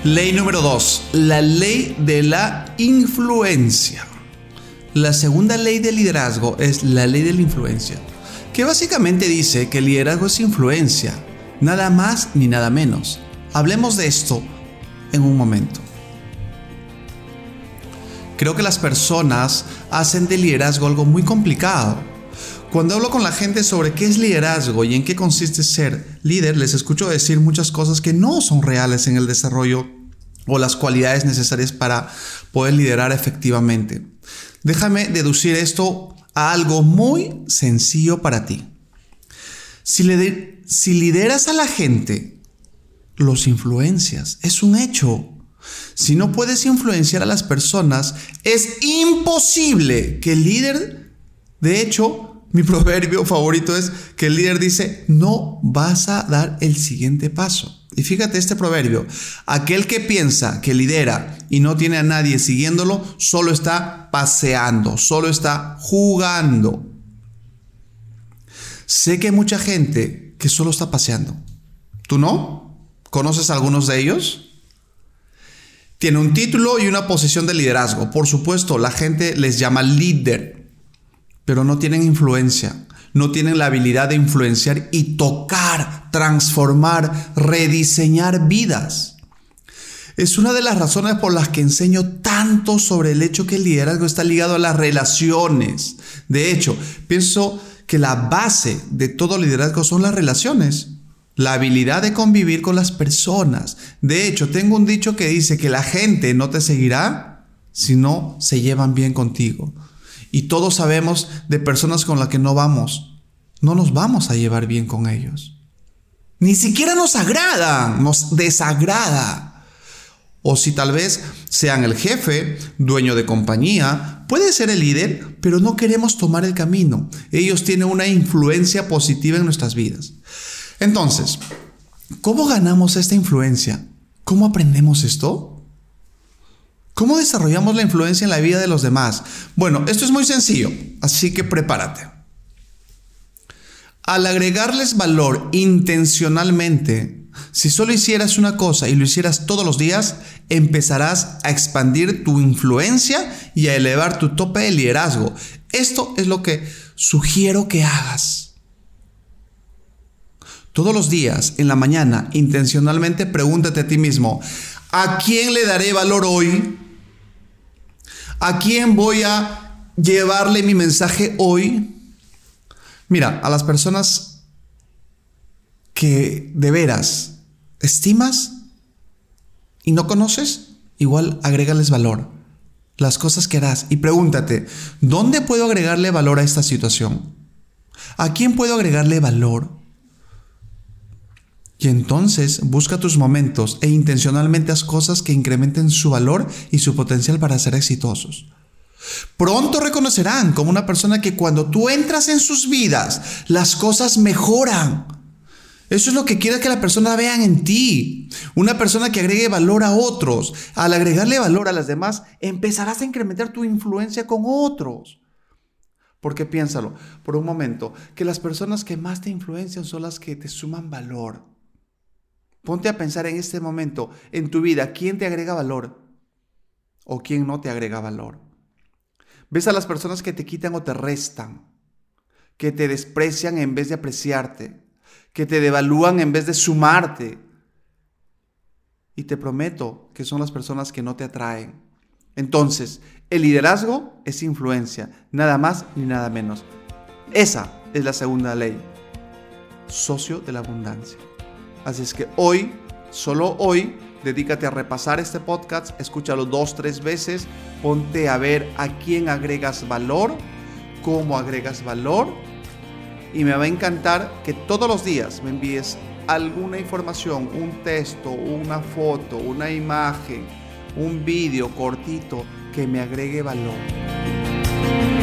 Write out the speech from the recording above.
Ley número 2, la ley de la influencia. La segunda ley del liderazgo es la ley de la influencia, que básicamente dice que el liderazgo es influencia, nada más ni nada menos. Hablemos de esto en un momento. Creo que las personas hacen del liderazgo algo muy complicado. Cuando hablo con la gente sobre qué es liderazgo y en qué consiste ser líder, les escucho decir muchas cosas que no son reales en el desarrollo o las cualidades necesarias para poder liderar efectivamente. Déjame deducir esto a algo muy sencillo para ti. Si lideras a la gente, los influencias. Es un hecho. Si no puedes influenciar a las personas, es imposible que el líder, de hecho, mi proverbio favorito es que el líder dice, no vas a dar el siguiente paso. Y fíjate este proverbio, aquel que piensa que lidera y no tiene a nadie siguiéndolo, solo está paseando, solo está jugando. Sé que hay mucha gente que solo está paseando. ¿Tú no? ¿Conoces a algunos de ellos? Tiene un título y una posición de liderazgo. Por supuesto, la gente les llama líder, pero no tienen influencia. No tienen la habilidad de influenciar y tocar, transformar, rediseñar vidas. Es una de las razones por las que enseño tanto sobre el hecho que el liderazgo está ligado a las relaciones. De hecho, pienso que la base de todo liderazgo son las relaciones. La habilidad de convivir con las personas. De hecho, tengo un dicho que dice que la gente no te seguirá si no se llevan bien contigo. Y todos sabemos de personas con las que no nos vamos a llevar bien con ellos. Ni siquiera nos agradan, nos desagrada. O si tal vez sean el jefe, dueño de compañía, puede ser el líder, pero no queremos tomar el camino. Ellos tienen una influencia positiva en nuestras vidas. Entonces, ¿cómo ganamos esta influencia? ¿Cómo aprendemos esto? ¿Cómo desarrollamos la influencia en la vida de los demás? Bueno, esto es muy sencillo, así que prepárate. Al agregarles valor intencionalmente, si solo hicieras una cosa y lo hicieras todos los días, empezarás a expandir tu influencia y a elevar tu tope de liderazgo. Esto es lo que sugiero que hagas. Todos los días, en la mañana, intencionalmente pregúntate a ti mismo, ¿a quién le daré valor hoy? ¿A quién voy a llevarle mi mensaje hoy? Mira, a las personas que de veras estimas y no conoces, igual agrégales valor. Las cosas que harás y pregúntate, ¿dónde puedo agregarle valor a esta situación? ¿A quién puedo agregarle valor? Y entonces busca tus momentos e intencionalmente haz cosas que incrementen su valor y su potencial para ser exitosos. Pronto reconocerán como una persona que cuando tú entras en sus vidas, las cosas mejoran. Eso es lo que quiere que la persona vean en ti. Una persona que agregue valor a otros. Al agregarle valor a las demás, empezarás a incrementar tu influencia con otros. Porque piénsalo por un momento, que las personas que más te influencian son las que te suman valor. Ponte a pensar en este momento, en tu vida, ¿quién te agrega valor? ¿O quién no te agrega valor? ¿Ves a las personas que te quitan o te restan? Que te desprecian en vez de apreciarte. Que te devalúan en vez de sumarte. Y te prometo que son las personas que no te atraen. Entonces, el liderazgo es influencia, nada más ni nada menos. Esa es la segunda ley. Socio de la abundancia. Así es que hoy, solo hoy, dedícate a repasar este podcast, escúchalo 2-3 veces, ponte a ver a quién agregas valor, cómo agregas valor, y me va a encantar que todos los días me envíes alguna información, un texto, una foto, una imagen, un vídeo cortito que me agregue valor.